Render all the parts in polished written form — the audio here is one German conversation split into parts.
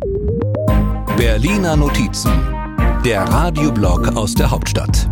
Berliner Notizen, der Radioblog aus der Hauptstadt.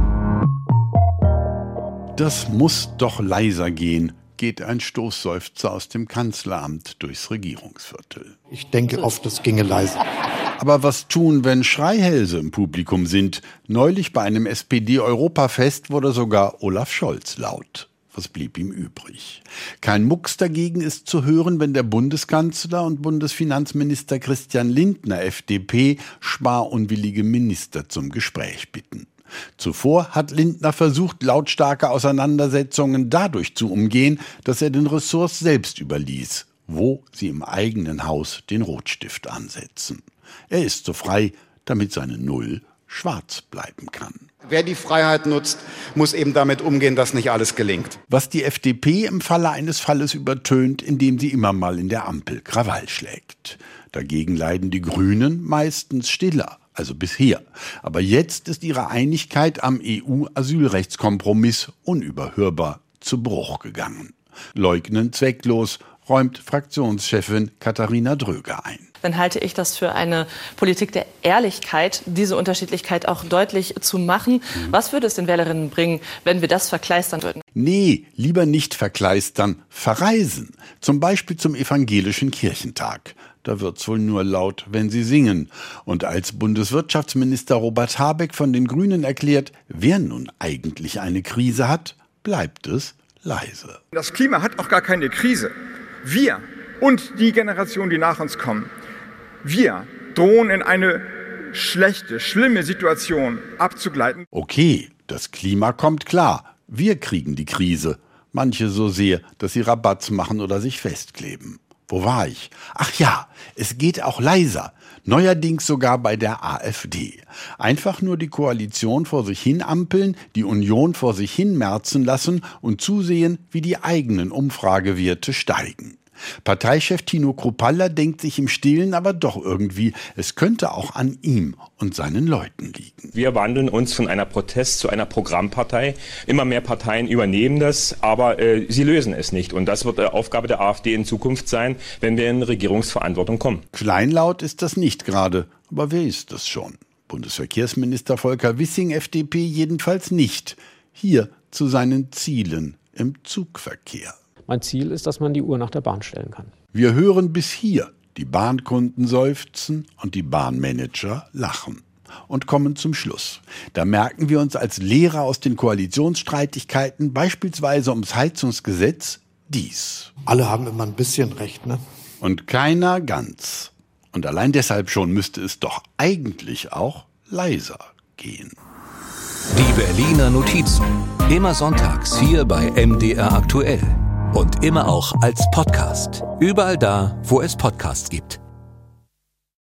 Das muss doch leiser gehen, geht ein Stoßseufzer aus dem Kanzleramt durchs Regierungsviertel. Ich denke oft, es ginge leiser. Aber was tun, wenn Schreihälse im Publikum sind? Neulich bei einem SPD-Europafest wurde sogar Olaf Scholz laut. Was blieb ihm übrig? Kein Mucks dagegen ist zu hören, wenn der Bundeskanzler und Bundesfinanzminister Christian Lindner, FDP, sparunwillige Minister zum Gespräch bitten. Zuvor hat Lindner versucht, lautstarke Auseinandersetzungen dadurch zu umgehen, dass er den Ressorts selbst überließ, wo sie im eigenen Haus den Rotstift ansetzen. Er ist so frei, damit seine Null schwarz bleiben kann. Wer die Freiheit nutzt, muss eben damit umgehen, dass nicht alles gelingt. Was die FDP im Falle eines Falles übertönt, indem sie immer mal in der Ampel Krawall schlägt. Dagegen leiden die Grünen meistens stiller, also bisher. Aber jetzt ist ihre Einigkeit am EU-Asylrechtskompromiss unüberhörbar zu Bruch gegangen. Leugnen zwecklos, räumt Fraktionschefin Katharina Dröger ein. Dann halte ich das für eine Politik der Ehrlichkeit, diese Unterschiedlichkeit auch deutlich zu machen. Was würde es den Wählerinnen bringen, wenn wir das verkleistern würden? Nee, lieber nicht verkleistern, verreisen. Zum Beispiel zum Evangelischen Kirchentag. Da wird's wohl nur laut, wenn sie singen. Und als Bundeswirtschaftsminister Robert Habeck von den Grünen erklärt, wer nun eigentlich eine Krise hat, bleibt es leise. Das Klima hat auch gar keine Krise. Wir und die Generation, die nach uns kommen, wir drohen in eine schlechte, schlimme Situation abzugleiten. Okay, das Klima kommt klar. Wir kriegen die Krise. Manche so sehr, dass sie Rabatz machen oder sich festkleben. Wo war ich? Ach ja, es geht auch leiser. Neuerdings sogar bei der AfD. Einfach nur die Koalition vor sich hin ampeln, die Union vor sich hin merzen lassen und zusehen, wie die eigenen Umfragewerte steigen. Parteichef Tino Kruppalla denkt sich im Stillen aber doch irgendwie, es könnte auch an ihm und seinen Leuten liegen. Wir wandeln uns von einer Protest zu einer Programmpartei. Immer mehr Parteien übernehmen das, aber sie lösen es nicht. Und das wird Aufgabe der AfD in Zukunft sein, wenn wir in Regierungsverantwortung kommen. Kleinlaut ist das nicht gerade, aber wer ist das schon? Bundesverkehrsminister Volker Wissing, FDP, jedenfalls nicht. Hier zu seinen Zielen im Zugverkehr. Mein Ziel ist, dass man die Uhr nach der Bahn stellen kann. Wir hören bis hier die Bahnkunden seufzen und die Bahnmanager lachen. Und kommen zum Schluss. Da merken wir uns als Lehrer aus den Koalitionsstreitigkeiten, beispielsweise ums Heizungsgesetz, dies. Alle haben immer ein bisschen recht, ne? Und keiner ganz. Und allein deshalb schon müsste es doch eigentlich auch leiser gehen. Die Berliner Notizen. Immer sonntags hier bei MDR aktuell. Und immer auch als Podcast. Überall da, wo es Podcasts gibt.